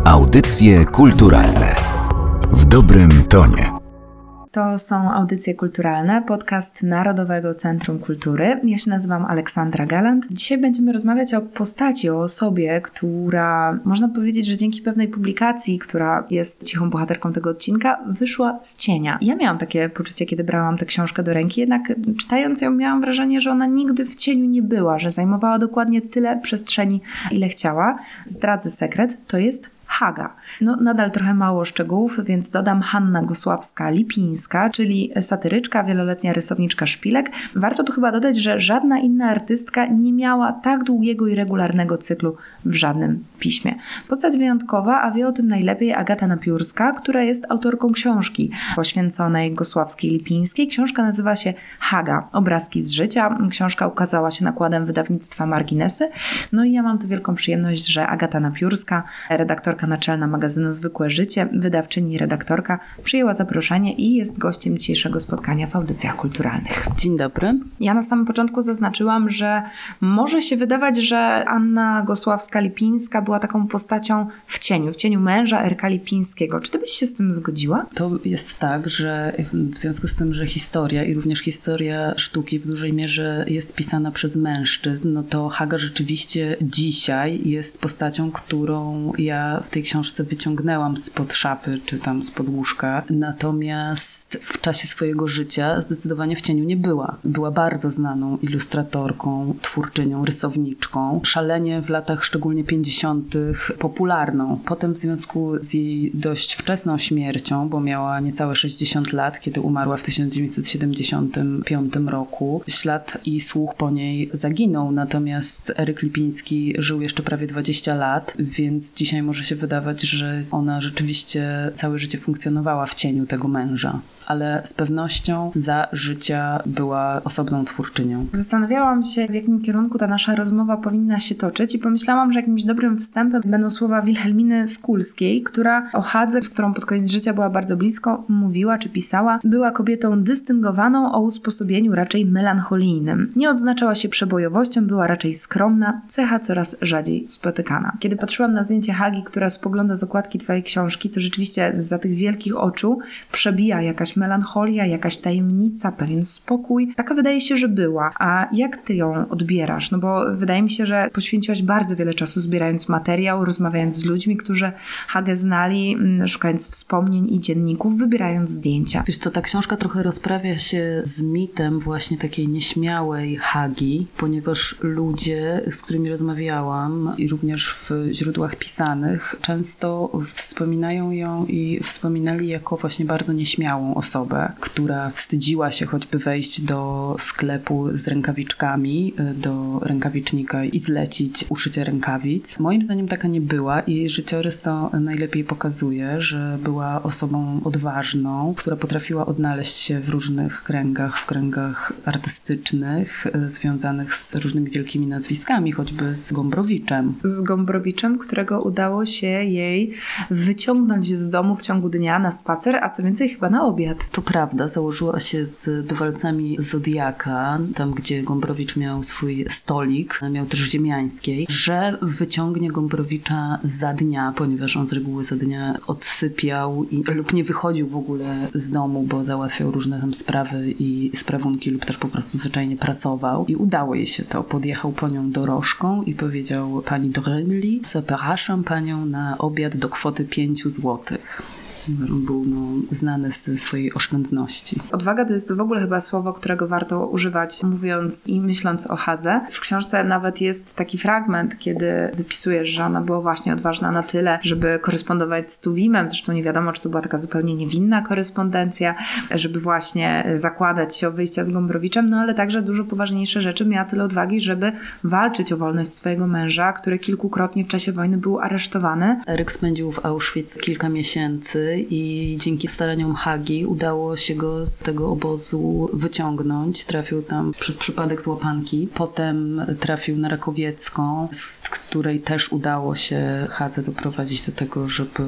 Audycje kulturalne w dobrym tonie. To są Audycje Kulturalne, podcast Narodowego Centrum Kultury. Ja się nazywam Aleksandra Galant. Dzisiaj będziemy rozmawiać o postaci, o osobie, która, można powiedzieć, że dzięki pewnej publikacji, która jest cichą bohaterką tego odcinka, wyszła z cienia. Ja miałam takie poczucie, kiedy brałam tę książkę do ręki, jednak czytając ją miałam wrażenie, że ona nigdy w cieniu nie była, że zajmowała dokładnie tyle przestrzeni, ile chciała. Zdradzę sekret, to jest Haga. Nadal trochę mało szczegółów, więc dodam Hanna Gosławska-Lipińska, czyli satyryczka, wieloletnia rysowniczka szpilek. Warto tu chyba dodać, że żadna inna artystka nie miała tak długiego i regularnego cyklu w żadnym piśmie. Postać wyjątkowa, a wie o tym najlepiej Agata Napiórska, która jest autorką książki poświęconej Gosławskiej-Lipińskiej. Książka nazywa się Haga. Obrazki z życia. Książka ukazała się nakładem wydawnictwa Marginesy. I ja mam tu wielką przyjemność, że Agata Napiórska, redaktorka naczelna magazynu Zwykłe Życie, wydawczyni i redaktorka, przyjęła zaproszenie i jest gościem dzisiejszego spotkania w Audycjach Kulturalnych. Dzień dobry. Ja na samym początku zaznaczyłam, że może się wydawać, że Anna Gosławska-Lipińska była taką postacią w cieniu męża Erka Lipińskiego. Czy ty byś się z tym zgodziła? To jest tak, że w związku z tym, że historia i również historia sztuki w dużej mierze jest pisana przez mężczyzn, to Haga rzeczywiście dzisiaj jest postacią, którą ja w tej książce wyciągnęłam spod szafy, czy tam spod łóżka. Natomiast w czasie swojego życia zdecydowanie w cieniu nie była. Była bardzo znaną ilustratorką, twórczynią, rysowniczką. Szalenie w latach szczególnie 50. popularną. Potem w związku z jej dość wczesną śmiercią, bo miała niecałe 60 lat, kiedy umarła w 1975 roku, ślad i słuch po niej zaginął. Natomiast Eryk Lipiński żył jeszcze prawie 20 lat, więc dzisiaj może się wydawać, że ona rzeczywiście całe życie funkcjonowała w cieniu tego męża. Ale z pewnością za życia była osobną twórczynią. Zastanawiałam się, w jakim kierunku ta nasza rozmowa powinna się toczyć i pomyślałam, że jakimś dobrym wstępem będą słowa Wilhelminy Skulskiej, która o Hadze, z którą pod koniec życia była bardzo blisko, mówiła czy pisała: była kobietą dystyngowaną, o usposobieniu raczej melancholijnym. Nie odznaczała się przebojowością, była raczej skromna, cecha coraz rzadziej spotykana. Kiedy patrzyłam na zdjęcie Hagi, która spogląda z okładki twojej książki, to rzeczywiście zza tych wielkich oczu przebija jakaś melancholia, jakaś tajemnica, pewien spokój. Taka wydaje się, że była. A jak ty ją odbierasz? Bo wydaje mi się, że poświęciłaś bardzo wiele czasu zbierając materiał, rozmawiając z ludźmi, którzy Hagę znali, szukając wspomnień i dzienników, wybierając zdjęcia. Wiesz co, ta książka trochę rozprawia się z mitem właśnie takiej nieśmiałej Hagi, ponieważ ludzie, z którymi rozmawiałam i również w źródłach pisanych, często wspominają ją i wspominali jako właśnie bardzo nieśmiałą osobę, która wstydziła się choćby wejść do sklepu z rękawiczkami, do rękawicznika i zlecić uszycie rękawic. Moim zdaniem taka nie była i jej życiorys to najlepiej pokazuje, że była osobą odważną, która potrafiła odnaleźć się w różnych kręgach, w kręgach artystycznych, związanych z różnymi wielkimi nazwiskami, choćby z Gombrowiczem. Z Gombrowiczem, którego udało się jej wyciągnąć z domu w ciągu dnia na spacer, a co więcej chyba na obiad. To prawda, założyła się z bywalcami Zodiaka, tam gdzie Gombrowicz miał swój stolik, miał też w Ziemiańskiej, że wyciągnie Gombrowicza za dnia, ponieważ on z reguły za dnia odsypiał lub nie wychodził w ogóle z domu, bo załatwiał różne tam sprawy i sprawunki lub też po prostu zwyczajnie pracował i udało jej się to. Podjechał po nią dorożką i powiedział: pani Dremli, zapraszam panią na obiad do kwoty 5 złotych. On był znany ze swojej oszczędności. Odwaga to jest w ogóle chyba słowo, którego warto używać, mówiąc i myśląc o Hadze. W książce nawet jest taki fragment, kiedy wypisujesz, że ona była właśnie odważna na tyle, żeby korespondować z Tuwimem. Zresztą nie wiadomo, czy to była taka zupełnie niewinna korespondencja, żeby właśnie zakładać się o wyjścia z Gombrowiczem, ale także dużo poważniejsze rzeczy. Miała tyle odwagi, żeby walczyć o wolność swojego męża, który kilkukrotnie w czasie wojny był aresztowany. Eryk spędził w Auschwitz kilka miesięcy i dzięki staraniom Hagi udało się go z tego obozu wyciągnąć. Trafił tam przez przypadek z łapanki. Potem trafił na Rakowiecką, z której też udało się Hadze doprowadzić do tego, żeby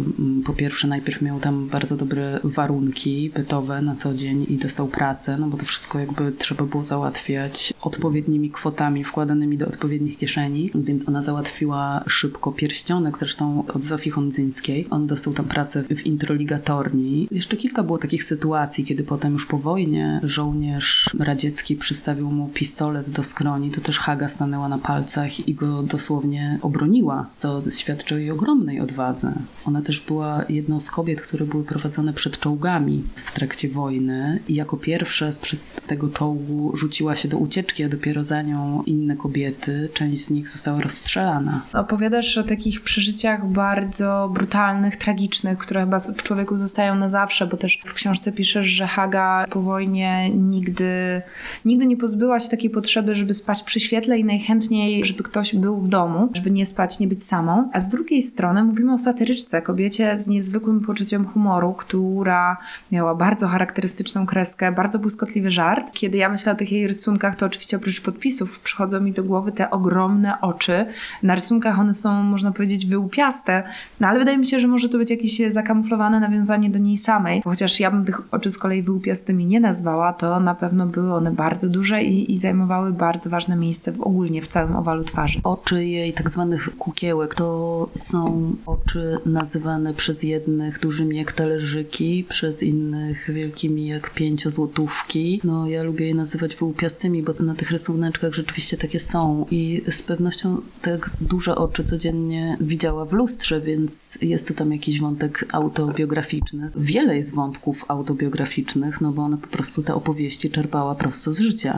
po pierwsze najpierw miał tam bardzo dobre warunki bytowe na co dzień i dostał pracę, no bo to wszystko jakby trzeba było załatwiać odpowiednimi kwotami wkładanymi do odpowiednich kieszeni, więc ona załatwiła szybko pierścionek, zresztą od Zofii Hondzyńskiej. On dostał tam pracę w introligatorni. Jeszcze kilka było takich sytuacji, kiedy potem już po wojnie żołnierz radziecki przystawił mu pistolet do skroni, to też Haga stanęła na palcach i go dosłownie obroniła. To świadczy o jej ogromnej odwadze. Ona też była jedną z kobiet, które były prowadzone przed czołgami w trakcie wojny i jako pierwsza sprzed tego czołgu rzuciła się do ucieczki, a dopiero za nią inne kobiety. Część z nich została rozstrzelana. Opowiadasz o takich przeżyciach bardzo brutalnych, tragicznych, które chyba w człowieku zostają na zawsze, bo też w książce piszesz, że Haga po wojnie nigdy nie pozbyła się takiej potrzeby, żeby spać przy świetle i najchętniej, żeby ktoś był w domu, żeby nie spać, nie być samą. A z drugiej strony mówimy o satyryczce, kobiecie z niezwykłym poczuciem humoru, która miała bardzo charakterystyczną kreskę, bardzo błyskotliwy żart. Kiedy ja myślę o tych jej rysunkach, to oczywiście oprócz podpisów przychodzą mi do głowy te ogromne oczy. Na rysunkach one są, można powiedzieć, wyłupiaste, no ale wydaje mi się, że może to być jakieś zakamuflowane nawiązanie do niej samej. Bo chociaż ja bym tych oczu z kolei wyłupiastymi nie nazwała, to na pewno były one bardzo duże i zajmowały bardzo ważne miejsce ogólnie w całym owalu twarzy. Oczy jej tak zwanych kukiełek to są oczy nazywane przez jednych dużymi jak talerzyki, przez innych wielkimi jak pięciozłotówki. No ja lubię je nazywać wyłupiastymi, bo na tych rysuneczkach rzeczywiście takie są i z pewnością te duże oczy codziennie widziała w lustrze, więc jest to tam jakiś wątek autobiograficzny. Wiele jest wątków autobiograficznych, no bo ona po prostu te opowieści czerpała prosto z życia.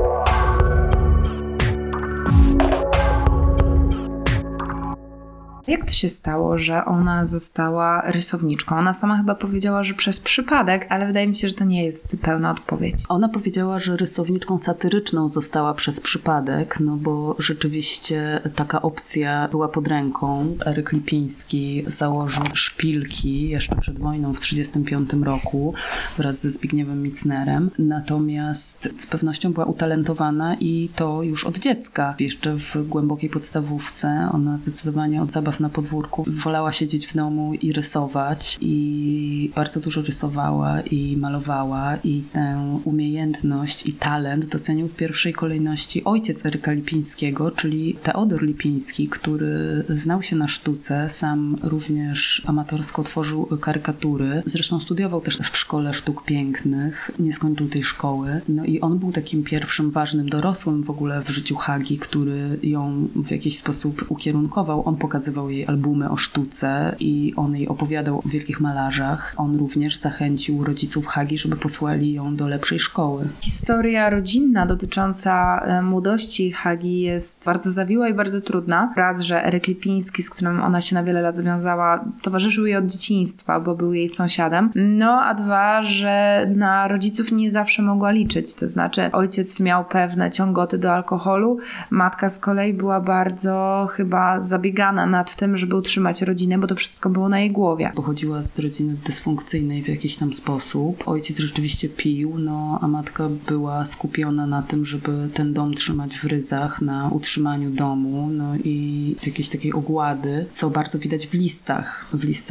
Jak to się stało, że ona została rysowniczką? Ona sama chyba powiedziała, że przez przypadek, ale wydaje mi się, że to nie jest pełna odpowiedź. Ona powiedziała, że rysowniczką satyryczną została przez przypadek, no bo rzeczywiście taka opcja była pod ręką. Eryk Lipiński założył Szpilki jeszcze przed wojną w 1935 roku wraz ze Zbigniewem Micnerem. Natomiast z pewnością była utalentowana i to już od dziecka. Jeszcze w głębokiej podstawówce ona zdecydowanie od zabaw na podwórku wolała siedzieć w domu i rysować i bardzo dużo rysowała i malowała i tę umiejętność i talent docenił w pierwszej kolejności ojciec Eryka Lipińskiego, czyli Teodor Lipiński, który znał się na sztuce, sam również amatorsko tworzył karykatury, zresztą studiował też w Szkole Sztuk Pięknych, nie skończył tej szkoły, no i on był takim pierwszym ważnym dorosłym w ogóle w życiu Hagi, który ją w jakiś sposób ukierunkował. On pokazywał jej albumy o sztuce i on jej opowiadał o wielkich malarzach. On również zachęcił rodziców Hagi, żeby posłali ją do lepszej szkoły. Historia rodzinna dotycząca młodości Hagi jest bardzo zawiła i bardzo trudna. Raz, że Eryk Lipiński, z którym ona się na wiele lat związała, towarzyszył jej od dzieciństwa, bo był jej sąsiadem. No, a dwa, że na rodziców nie zawsze mogła liczyć. To znaczy ojciec miał pewne ciągoty do alkoholu, matka z kolei była bardzo chyba zabiegana nad tym, żeby utrzymać rodzinę, bo to wszystko było na jej głowie. Pochodziła z rodziny dysfunkcyjnej w jakiś tam sposób. Ojciec rzeczywiście pił, no a matka była skupiona na tym, żeby ten dom trzymać w ryzach, na utrzymaniu domu, no i jakiejś takiej ogłady, co bardzo widać w listach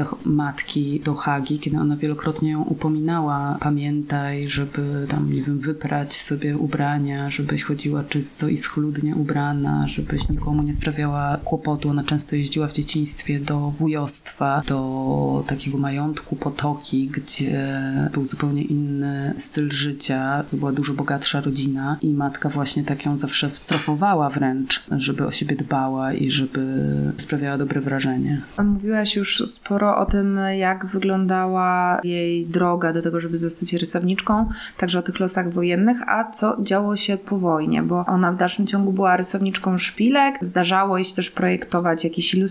matki do Hagi, kiedy ona wielokrotnie ją upominała. Pamiętaj, żeby tam, nie wiem, wyprać sobie ubrania, żebyś chodziła czysto i schludnie ubrana, żebyś nikomu nie sprawiała kłopotu. Ona często jeździła w dzieciństwie do wujostwa, do takiego majątku Potoki, gdzie był zupełnie inny styl życia. To była dużo bogatsza rodzina i matka właśnie tak ją zawsze strofowała wręcz, żeby o siebie dbała i żeby sprawiała dobre wrażenie. Mówiłaś już sporo o tym, jak wyglądała jej droga do tego, żeby zostać rysowniczką, także o tych losach wojennych, a co działo się po wojnie, bo ona w dalszym ciągu była rysowniczką szpilek, zdarzało jej się też projektować jakieś ilustracje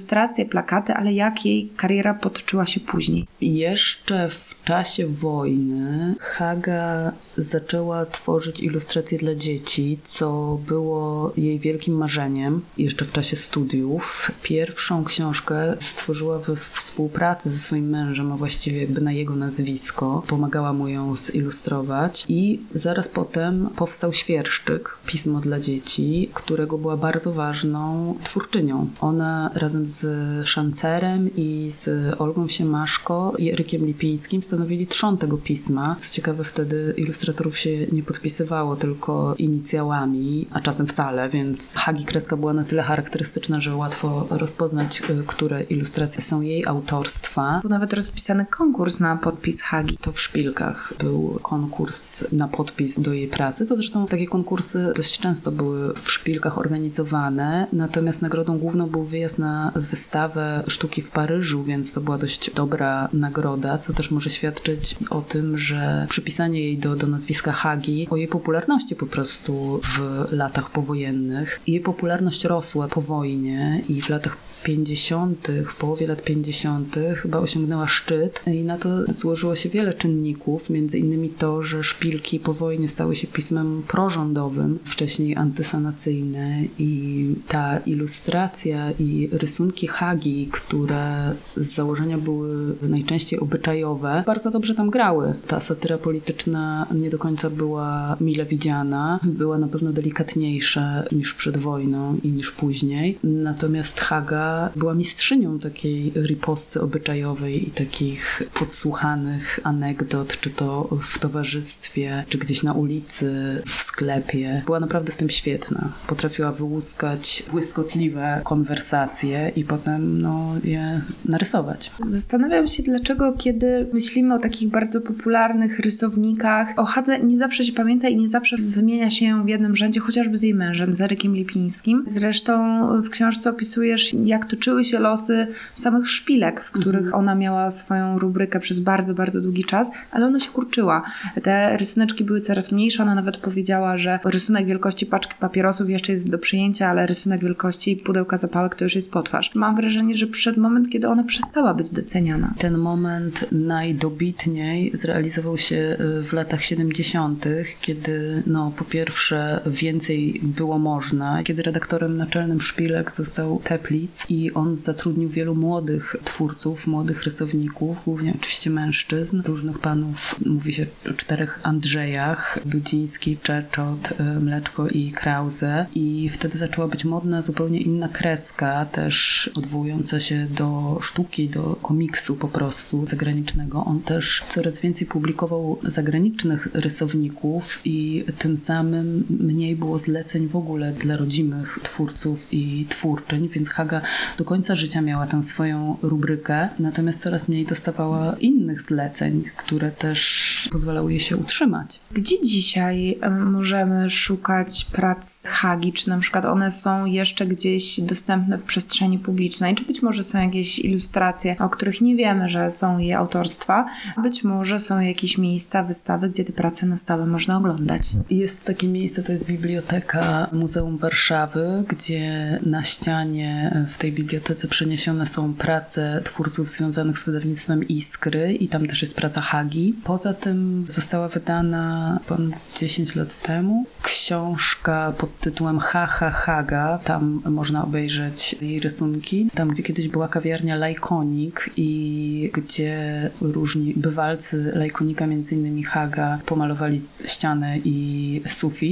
ilustracje, plakaty, ale jak jej kariera potoczyła się później? Jeszcze w czasie wojny Haga zaczęła tworzyć ilustracje dla dzieci, co było jej wielkim marzeniem jeszcze w czasie studiów. Pierwszą książkę stworzyła we współpracy ze swoim mężem, a właściwie jakby na jego nazwisko. Pomagała mu ją zilustrować i zaraz potem powstał Świerszczyk, pismo dla dzieci, którego była bardzo ważną twórczynią. Ona razem z Szancerem i z Olgą Siemaszko i Erykiem Lipińskim stanowili trzon tego pisma. Co ciekawe, wtedy ilustratorów się nie podpisywało tylko inicjałami, a czasem wcale, więc Hagi kreska była na tyle charakterystyczna, że łatwo rozpoznać, które ilustracje są jej autorstwa. Był nawet rozpisany konkurs na podpis Hagi. To w Szpilkach był konkurs na podpis do jej pracy. To zresztą takie konkursy dość często były w Szpilkach organizowane, natomiast nagrodą główną był wyjazd na wystawę sztuki w Paryżu, więc to była dość dobra nagroda, co też może świadczyć o tym, że przypisanie jej do nazwiska Hagi, o jej popularności po prostu w latach powojennych. Jej popularność rosła po wojnie i w latach 50., w połowie lat 50. chyba osiągnęła szczyt i na to złożyło się wiele czynników, między innymi to, że Szpilki po wojnie stały się pismem prorządowym, wcześniej antysanacyjne i ta ilustracja i rysunki Hagi, które z założenia były najczęściej obyczajowe, bardzo dobrze tam grały. Ta satyra polityczna nie do końca była mile widziana, była na pewno delikatniejsza niż przed wojną i niż później, natomiast Haga była mistrzynią takiej riposty obyczajowej i takich podsłuchanych anegdot, czy to w towarzystwie, czy gdzieś na ulicy, w sklepie. Była naprawdę w tym świetna. Potrafiła wyłuskać błyskotliwe konwersacje i potem je narysować. Zastanawiam się, dlaczego kiedy myślimy o takich bardzo popularnych rysownikach, o Hadze nie zawsze się pamięta i nie zawsze wymienia się ją w jednym rzędzie, chociażby z jej mężem, z Erykiem Lipińskim. Zresztą w książce opisujesz, jak toczyły się losy samych Szpilek, w których ona miała swoją rubrykę przez bardzo, bardzo długi czas, ale ona się kurczyła. Te rysuneczki były coraz mniejsze. Ona nawet powiedziała, że rysunek wielkości paczki papierosów jeszcze jest do przyjęcia, ale rysunek wielkości pudełka zapałek to już jest potwarz. Mam wrażenie, że przyszedł moment, kiedy ona przestała być doceniana. Ten moment najdobitniej zrealizował się w latach 70., kiedy po pierwsze więcej było można, kiedy redaktorem naczelnym Szpilek został Teplitz i on zatrudnił wielu młodych twórców, młodych rysowników, głównie oczywiście mężczyzn, różnych panów, mówi się o 4 Andrzejach, Dudziński, Czeczot, Mleczko i Krause i wtedy zaczęła być modna zupełnie inna kreska, też odwołująca się do sztuki, do komiksu po prostu zagranicznego. On też coraz więcej publikował zagranicznych rysowników i tym samym mniej było zleceń w ogóle dla rodzimych twórców i twórczyń, więc Haga do końca życia miała tę swoją rubrykę, natomiast coraz mniej dostawała innych zleceń, które też pozwalały jej się utrzymać. Gdzie dzisiaj możemy szukać prac Hagi? Czy na przykład one są jeszcze gdzieś dostępne w przestrzeni publicznej? Czy być może są jakieś ilustracje, o których nie wiemy, że są jej autorstwa? Być może są jakieś miejsca, wystawy, gdzie te prace na stałe można oglądać. Jest takie miejsce, to jest Biblioteka Muzeum Warszawy, gdzie na ścianie w tej bibliotece przeniesione są prace twórców związanych z wydawnictwem Iskry i tam też jest praca Hagi. Poza tym została wydana ponad 10 lat temu książka pod tytułem Haga. Tam można obejrzeć jej rysunki. Tam, gdzie kiedyś była kawiarnia Lajkonik i gdzie różni bywalcy Lajkonika, między innymi Haga, pomalowali ściany i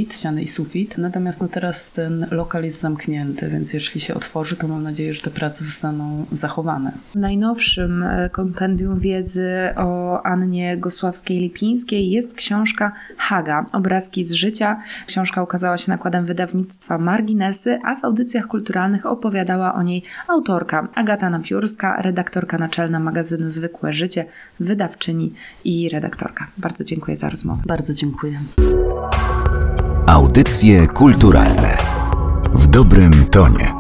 sufit. Natomiast teraz ten lokal jest zamknięty, więc jeśli się otworzy, to mam nadzieję, że te prace zostaną zachowane. W najnowszym kompendium wiedzy o Annie Gosławskiej-Lipińskiej jest książka Haga, obrazki z życia. Książka ukazała się nakładem wydawnictwa Marginesy, a w audycjach kulturalnych opowiadała o niej autorka Agata Napiórska, redaktorka naczelna magazynu Zwykłe Życie, wydawczyni i redaktorka. Bardzo dziękuję za rozmowę. Bardzo dziękuję. Audycje kulturalne w dobrym tonie.